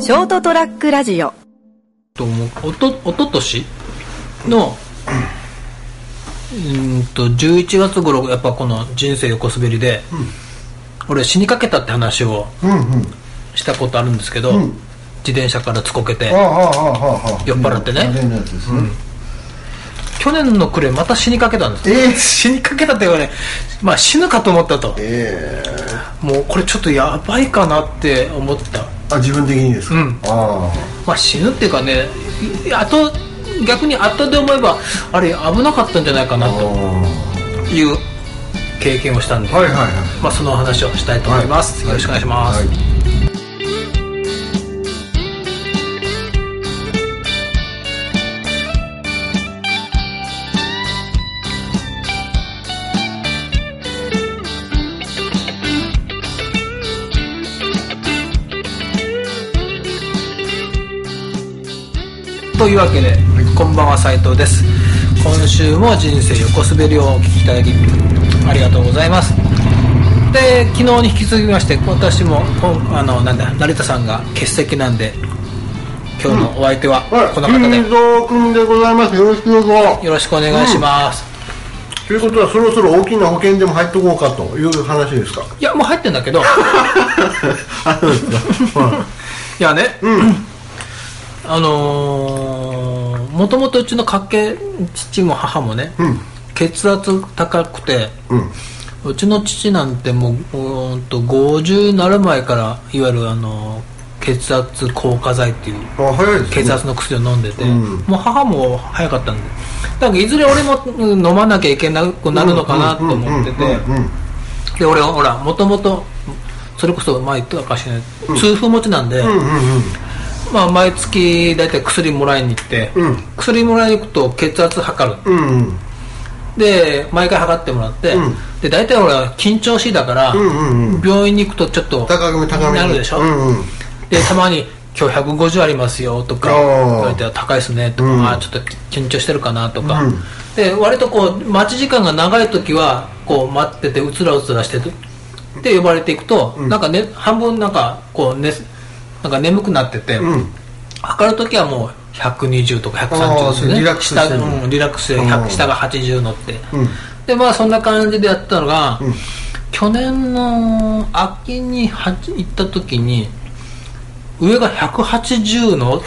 ショートトラックラジオおととしの11月頃やっぱこの人生横滑りで、俺死にかけたって話をしたことあるんですけど、自転車からつこけて酔っ払ってね、去年の暮れまた死にかけたんです、死にかけたっていうかね、まあ死ぬかと思ったと、もうこれちょっとやばいかなって思った。 自分的にですか。 まあ死ぬっていうかね、逆に後で思えばあれ危なかったんじゃないかなという経験をしたんで、まあその話をしたいと思います、よろしくお願いします。というわけで、こんばんは、斉藤です。今週も人生横滑りをお聞きいただきありがとうございます。で、昨日に引き続きまして私も成田さんが欠席なんで、今日のお相手はこの方で、 金蔵君でございます。よろしくどうぞよろしくお願いします、 ということはそろそろ大きな保険でも入っとこうかという話ですか。 いやもう入ってんだけどいやね、もともとうちの家系、父も母もね、血圧高くて、うちの父なんてもう50になる前からいわゆる血圧硬化剤っていう血圧の薬を飲んでて、もう母も早かったんで、だからいずれ俺も飲まなきゃいけなくなるのかなと思ってて、で俺ほらもともとそれこそ前言ったかしらない、痛風持ちなんで、まあ、毎月大体薬もらいに行って、薬もらいに行くと血圧測る、で毎回測ってもらって、で大体俺は緊張しいだから、病院に行くとちょっと高めになるでしょ、でたまに今日150ありますよとか言われて、高いですねとか、ちょっと緊張してるかなとか、で割とこう待ち時間が長い時はこう待っててうつらうつらしてで呼ばれていくと、なんかね半分なんかこうねなんか眠くなってて、測るときはもう120とか130ですね、リラックスして、リラックスで下が80乗って、でまあそんな感じでやったのが、去年の秋に行った時に上が180の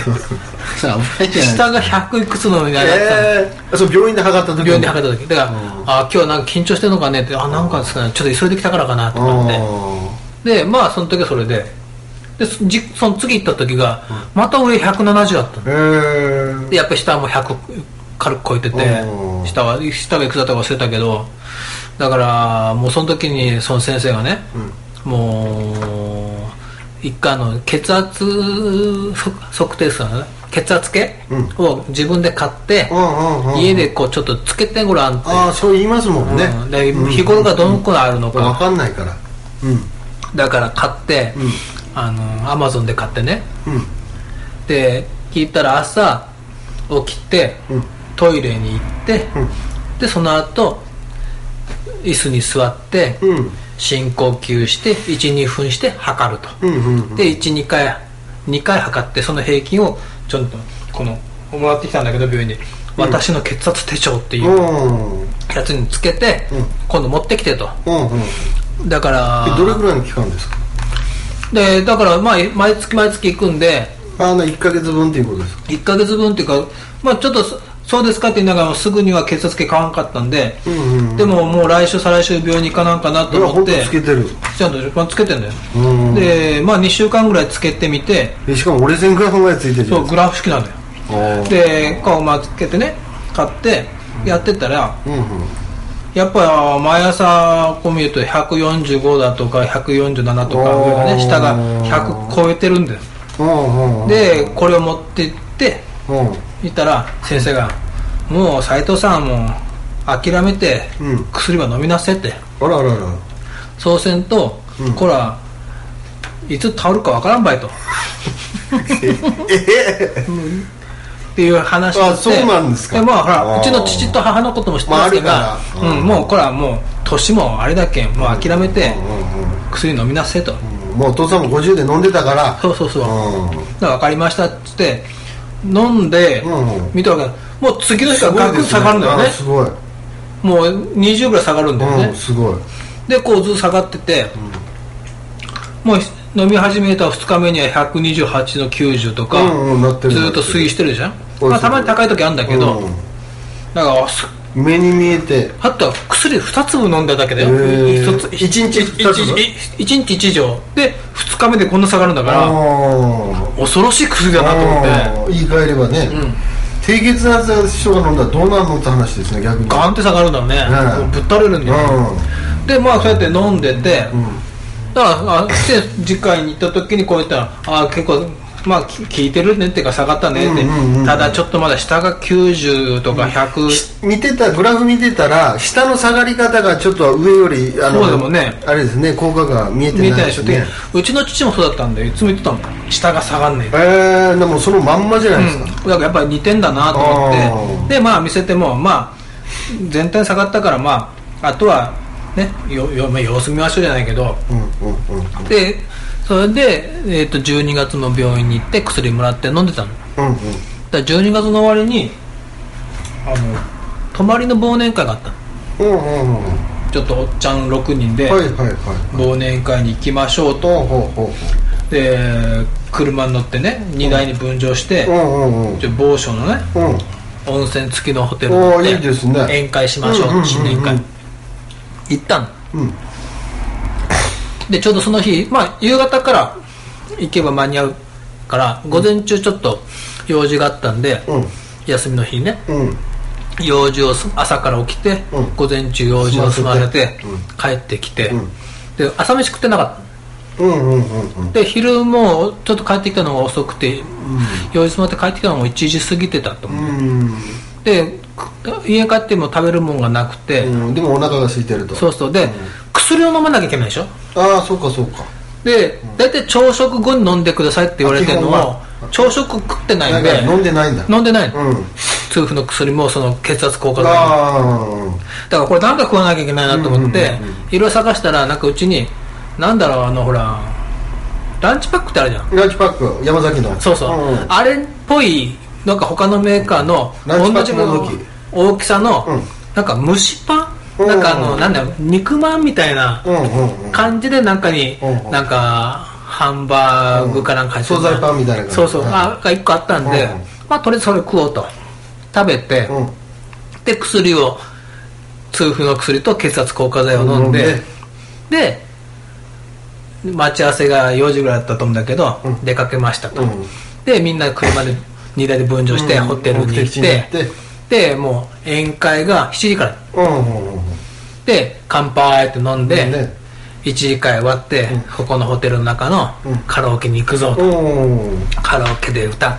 下が100いくつのになったそう病院で測った時だから今日なんか緊張してるのかねって、なんかですかね、ちょっと急いできたからかなと思って、でまあその時はそれでその次行った時がまた上170あったの、でやっぱり下はもう100軽く超えてて、下がいくつだったか忘れたけど、だからもうその時にその先生がね、もう一回血圧測定するのね、血圧計を自分で買って、家でこうちょっとつけてごらんって、 そう言いますもんね、 で日頃がどのくらいあるのか分かんないから、 だから買って、アマゾンで買ってね、で聞いたら朝起きて、トイレに行って、でその後椅子に座って、深呼吸して 1,2 分して測ると、で 1,2 回測って、その平均をちょっとこのもらってきたんだけど病院で、私の血圧手帳っていうやつにつけて、今度持ってきてと、だからどれぐらいの期間ですか。 でだからまあ毎月行くんで、 1ヶ月分っていうことですか。 1ヶ月分っていうか、まあちょっとそうですかって言いながらすぐには血圧計買わんかったんで、でももう来週再来週病院に行かなんかなと思って、 つけてる、 ちゃんとつけてんだよ、でまあ2週間ぐらいつけてみて、 しかも折れ線グラフぐらいついてる、 そうグラフ式なんだよ、でこうつけてね買ってやってたら、やっぱ毎朝こう見ると145だとか147とか上がね、下が100超えてるんです、でこれを持って行って見たら先生が「もう斉藤さんもう諦めて薬は飲みなさい」って、そうせんと、こらいつ倒るかわからんばいとっていう話をして、 そうなんですか。 でまあほらうちの父と母のことも知ってますから、もうこれはもう年もあれだけん、もう諦めて薬飲みなさいと、 もうお父さんも50で飲んでたから。 そうそうそう、分かりましたっつって飲んで、見たわけ。もう次の日からガクッと下がるんだよね。 すごい。 もう20ぐらい下がるんだよね、 すごい。 でこうずっと下がってて、もう飲み始めた2日目には128の90とか、ずっと推移してるじゃん。まあ、たまに高い時あるんだけど、だから目に見えて、 あとは薬2粒飲んだだけだよ。1日1錠で2日目でこんな下がるんだから、恐ろしい薬だなと思って。 言い換えればね、低血圧の人が飲んだらどうなるのって話ですね。逆にガンって下がるんだろうね、ぶったれるんだよ、でまあそうやって飲んでて、だから次回に行った時にこう言ったら、結構まあ効いてるねっていうか下がったねって、ただちょっとまだ下が90とか100、 見てたグラフ見てたら下の下がり方がちょっと上よりそうでもね、 あれですね、効果が見えてないでしょ。うちの父もそうだったんでいつも言ってたもん、下が下がんねえ。でもそのまんまじゃないですか。 だからやっぱり似てんだなと思って、でまあ見せてもまあ全体下がったから、まああとはね様子見ましょうじゃないけど、でそれで、12月の病院に行って薬もらって飲んでたの、だから12月の終わりに泊まりの忘年会があったの、ちょっとおっちゃん6人で忘年会に行きましょうと、で車に乗ってね荷台に分乗して、某所のね、温泉付きのホテルに行って宴会しましょう、新年会行ったの、でちょうどその日、まあ、夕方から行けば間に合うから午前中ちょっと用事があったんで、休みの日にね、用事を朝から起きて、午前中用事を済ませて、帰ってきて、で朝飯食ってなかった、で昼もちょっと帰ってきたのが遅くて、用事済ませて帰ってきたのも1時過ぎてたと思って、で家帰っても食べるもんがなくて、 でもお腹が空いてると。 そうそう、で、薬を飲まなきゃいけないでしょ。 そうかそうか。 で大体朝食後に飲んでくださいって言われてるのを朝食食ってないんで飲んでないんだ。 飲んでないの、痛風の薬もその血圧効果剤だからこれ何か食わなきゃいけないなと思っていろいろ探したら、なんかうちになんだろう、ほらランチパックってあるじゃん。 ランチパック、山崎の。 そうそう、あれっぽいなんか他のメーカーの同じ大きさの、なんか蒸しパン、なんかなんだろう、肉まんみたいな感じで中になんかハンバーグかなんか入ってる、 惣菜パンみたいな感じ。 そうそう、が1個あったんで、まあとりあえずそれ食おうと食べて、で薬を、痛風の薬と血圧効果剤を飲んで、で待ち合わせが4時ぐらいだったと思うんだけど、出かけましたと、でみんな車で2台で分乗してホテルに行って、でもう宴会が7時から、で乾杯って飲んで、1時間終わって、ここのホテルの中のカラオケに行くぞと、カラオケで歌って、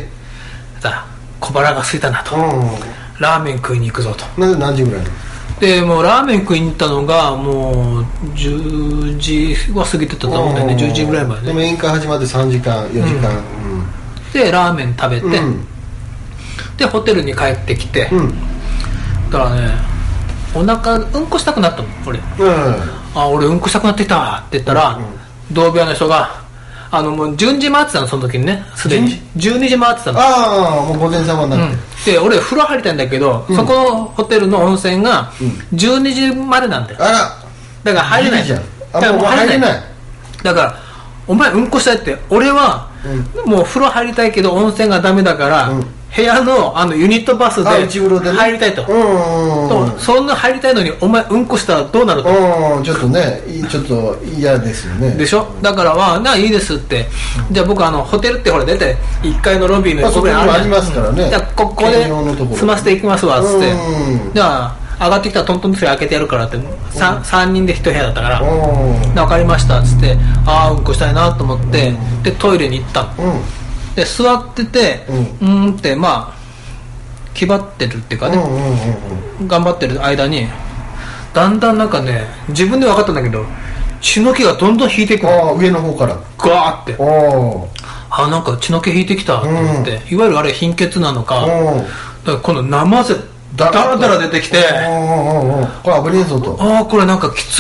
小腹が空いたなと、ラーメン食いに行くぞと。 何時ぐらいでもうラーメン食いに行ったのがもう10時は過ぎてたと思うんだよね、10時ぐらいまでね。 でも宴会始まって3時間4時間、 でラーメン食べて、でホテルに帰ってきて、だからね、お腹うんこしたくなったの俺、俺うんこしたくなってきたって言ったら、同部屋の人がもう12時回ってたの、その時にね、すでに12時回ってたの。 もう午前様になって、 で俺風呂入りたいんだけど、そこのホテルの温泉が12時までなんだよ。だから入れないじゃん。もう入れない。だからお前うんこしたいって、俺はもう風呂入りたいけど温泉がダメだから、部屋のユニットバスで入りたいと。そんな入りたいのにお前うんこしたらどうなると。 ちょっとね、ちょっと嫌ですよね。 でしょ。だからいいですって。じゃあ僕ホテルってほら出て1階のロビーの横ぐらいありますからね。 じゃあここで済ませていきますわっつって。じゃあ上がってきたらトントンと開けてやるからって、3人で1部屋だったから分かりましたっつって、うんこしたいなと思って、でトイレに行ったの。で座ってて、ってまあ気張ってるっていうかね、頑張ってる間にだんだんなんかね、自分で分かったんだけど血の気がどんどん引いていくの。 上の方からガーって、なんか血の気引いてきたと思って、いわゆるあれ貧血なのか、だから今度生汗ダラダラ出てきて、 これ危ねえぞと。 これなんかきつっ、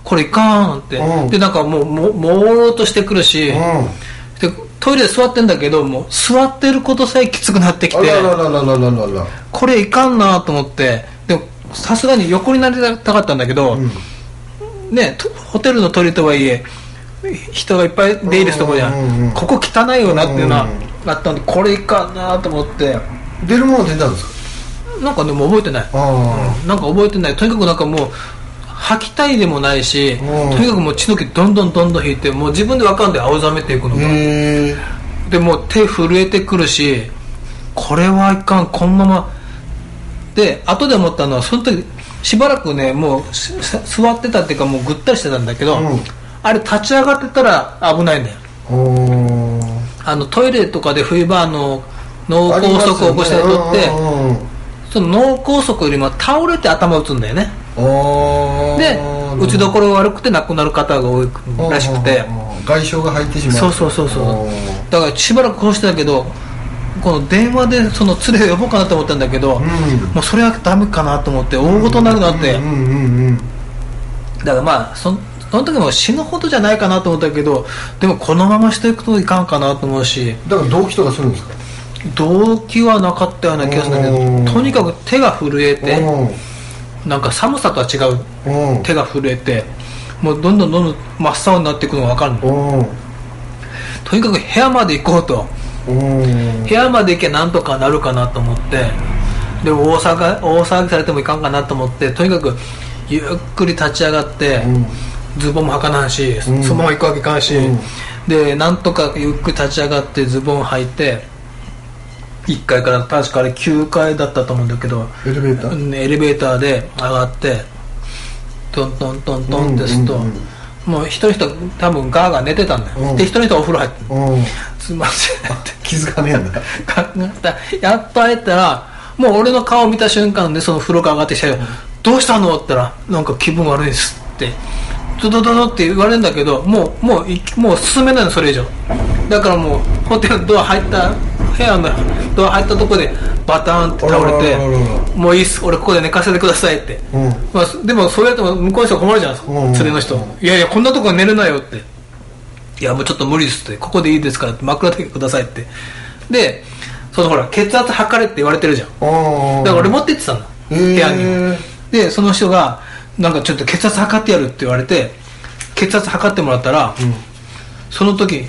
これいかんって、でなんかもう朦朧としてくるし、でトイレで座ってんだけどもう座ってることさえきつくなってきて、これいかんなと思って、でもさすがに横になりたかったんだけど、ね、ホテルのトイレとはいえ人がいっぱい出入りするとこじゃん、ここ汚いよなっていうのはあったんで、これいかんなと思って。 出るもの出たんですか？ なんかでも覚えてない、なんか覚えてない。とにかくなんかもう吐きたいでもないし、とにかくもう血の気どんどん引いて、もう自分で分かんで青ざめていくのが、でもう手震えてくるし、これはいかん、このままで。後で思ったのは、その時しばらくねもう座ってたっていうかもうぐったりしてたんだけど、あれ立ち上がってたら危ないんだよ。トイレとかで冬場脳梗塞を起こした人って、その脳梗塞よりも倒れて頭打つんだよね。で打ちどころが悪くて亡くなる方が多いらしくて、 外傷が入ってしまう。 そうだからしばらくこうしてたけど、この電話でその連れを呼ぼうかなと思ったんだけど、もうそれはダメかなと思って、大事になるなって。だからまあその時も死ぬほどじゃないかなと思ったけど、でもこのまましていくといかんかなと思うし。 だから動悸とかするんですか？ 動悸はなかったような気がするんだけど、とにかく手が震えて、なんか寒さとは違う、手が震えて、もうどんどん真っ青になっていくのが分かるの。とにかく部屋まで行こうと、部屋まで行けばなんとかなるかなと思って、で大騒ぎされてもいかんかなと思って、とにかくゆっくり立ち上がって、ズボンも履かないし、そのまま行くわけいかんし、でなんとかゆっくり立ち上がってズボン履いて、1階から確かあれ9階だったと思うんだけど、エレベーターで上がってトントントントンってすると、もう一人多分ガーガー寝てたんだよ、で一人お風呂入って、すいませんって気づかねえやんだやっと会えたら、もう俺の顔を見た瞬間でその風呂から上がってきたよ、どうしたのって言ったら、なんか気分悪いですってドドドドって言われるんだけど、もう進めないの、それ以上だから、もうホテルのドア入った部屋のドア入ったとこでバターンって倒れて、もういいっす、俺ここで寝かせてくださいって、まあ、でもそうやっても向こうの人困るじゃないですか、連れの人、いやいやこんなとこ寝れないよって、いやもうちょっと無理ですって、ここでいいですからって枕だけくださいって、でそのほら血圧測れって言われてるじゃん、だから俺持って行ってたんだ、部屋に。でその人がなんかちょっと血圧測ってやるって言われて、血圧測ってもらったら、その時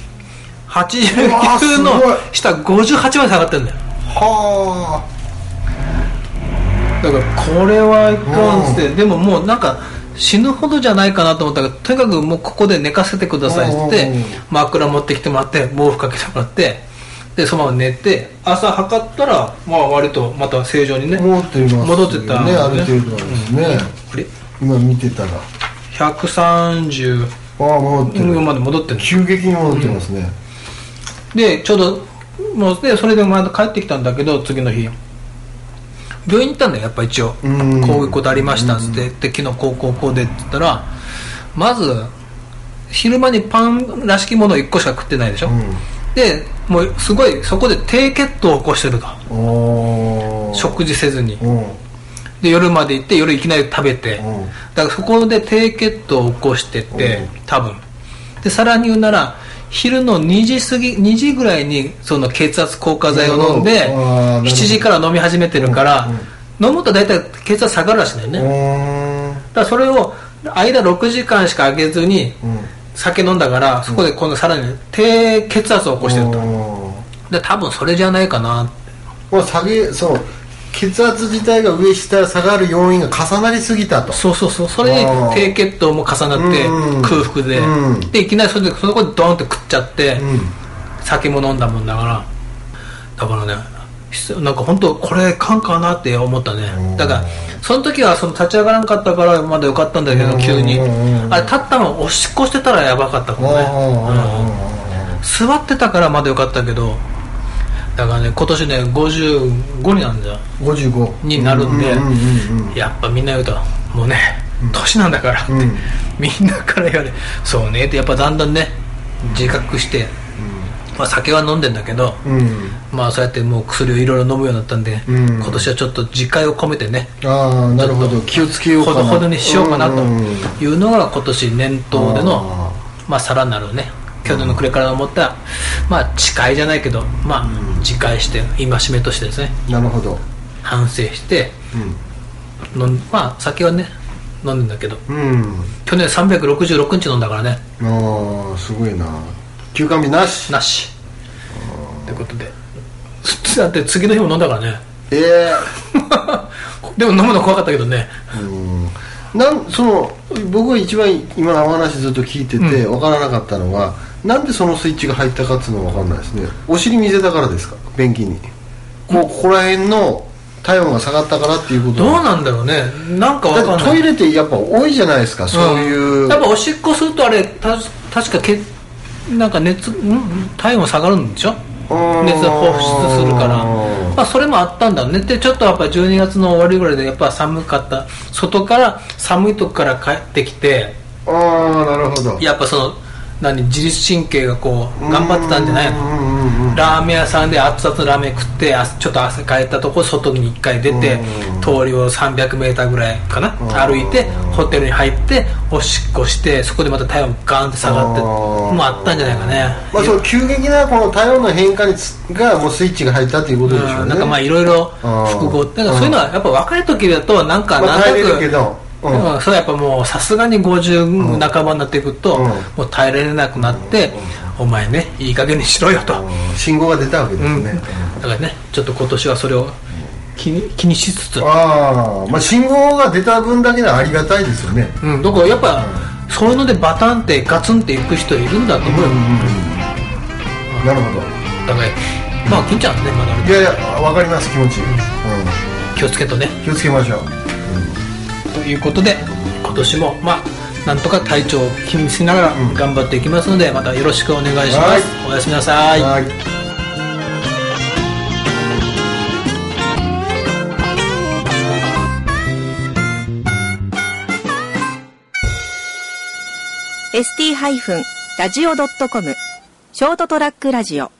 89の下58まで下がってるんだよ。はあ。だからこれはいかんって、でももうなんか死ぬほどじゃないかなと思ったから、とにかくもうここで寝かせてくださいって枕持ってきてもらって、毛布かけてもらって、でそのまま寝て、朝測ったらまあ割とまた正常にね戻ってたね、ある程度ですね。今見てたら 130まで戻ってる、 急激に戻ってますね。 でちょうどもうでそれでまた帰ってきたんだけど、次の日病院に行ったんだよ、やっぱ一応こういうことありましたっつって、で昨日こうでって言ったら、まず昼間にパンらしきものを1個しか食ってないでしょ、でもうすごいそこで低血糖を起こしてると、食事せずに、で夜まで行って夜いきなり食べて、だからそこで低血糖を起こしてて、多分でさらに言うなら昼の2時ぐらいにその血圧降下剤を飲んで、7時から飲み始めてるから、飲むと大体血圧下がるらしいんだよね。だからそれを間6時間しか空けずに酒飲んだから、そこで今度さらに低血圧を起こしてると、で多分それじゃないかなって。 そう血圧自体が上下下がる要因が重なりすぎたと。 そうそれで低血糖も重なって空腹で、でいきなりそこでドーンって食っちゃって、酒も飲んだもんだから、だからね、なんか本当これかんかなって思ったね。だからその時はその立ち上がらなかったからまだよかったんだけど、急にあれ立ったままおしっこしてたらやばかったかもね。座ってたからまだよかったけど、だからね、今年ね55になるんだよ。55になるんで、やっぱみんな言うともうね、年なんだからって、みんなから言われ、そうねってやっぱだんだんね自覚して、 まあ、酒は飲んでんだけど、まあそうやってもう薬をいろいろ飲むようになったんで、今年はちょっと自戒を込めてね、 ああなるほど、気をつけようかな、 ほどほどにしようかなというのが今年年頭でのまあさらなるね、去年の暮れから思ったまあ誓いじゃないけど、まあ自戒して戒めとしてですね、 なるほど、 反省して、まあ酒はね飲んでんだけど、去年366日飲んだからね。 ああすごいな、休館日なしということで、だって次の日も飲んだからね。でも飲むの怖かったけどね。 僕が一番今のお話ずっと聞いてて分からなかったのは、なんでそのスイッチが入ったかっていうのが分かんないですね。お尻見せたからですか、便器にここら辺の体温が下がったからっていうこと。 どうなんだろうね、なんか分かんない。 トイレってやっぱ多いじゃないですか、そういう、 やっぱおしっこするとあれ確かなんか体温下がるんでしょ、熱を放出するから、まあ、それもあったんだね。でちょっとやっぱ12月の終わりぐらいでやっぱ寒かった、外から寒いとこから帰ってきて、 なるほど、 やっぱその自律神経がこう頑張ってたんじゃないの。ラーメン屋さんで熱々のラーメン食ってちょっと汗かいたとこ外に1回出て、通りを 300m ぐらいかな歩いてホテルに入っておしっこして、そこでまた体温ガーンって下がってもあったんじゃないかね。 まあ、その急激なこの体温の変化がもうスイッチが入ったということでしょうね。 なんかまあいろいろ複合だから、そういうのはやっぱ若い時だとなんか耐えれるけど、 それはやっぱもうさすがに50半ばになっていくと、もう耐えられなくなって、お前ねいい加減にしろよと、 信号が出たわけですね。 だからねちょっと今年はそれを気にしつつ、 まあ、信号が出た分だけでありがたいですよね。 だからやっぱ、そういうのでバタンってガツンっていく人いるんだと思うよ。 なるほど。 だからまあ金ちゃんねまだいやいや分かります、気持ち、 気をつけとね、 気をつけましょう、 ということで今年もまあなんとか体調を気にしながら頑張っていきますので、またよろしくお願いします。おやすみなさい。 ST-radio.com ショートトラックラジオ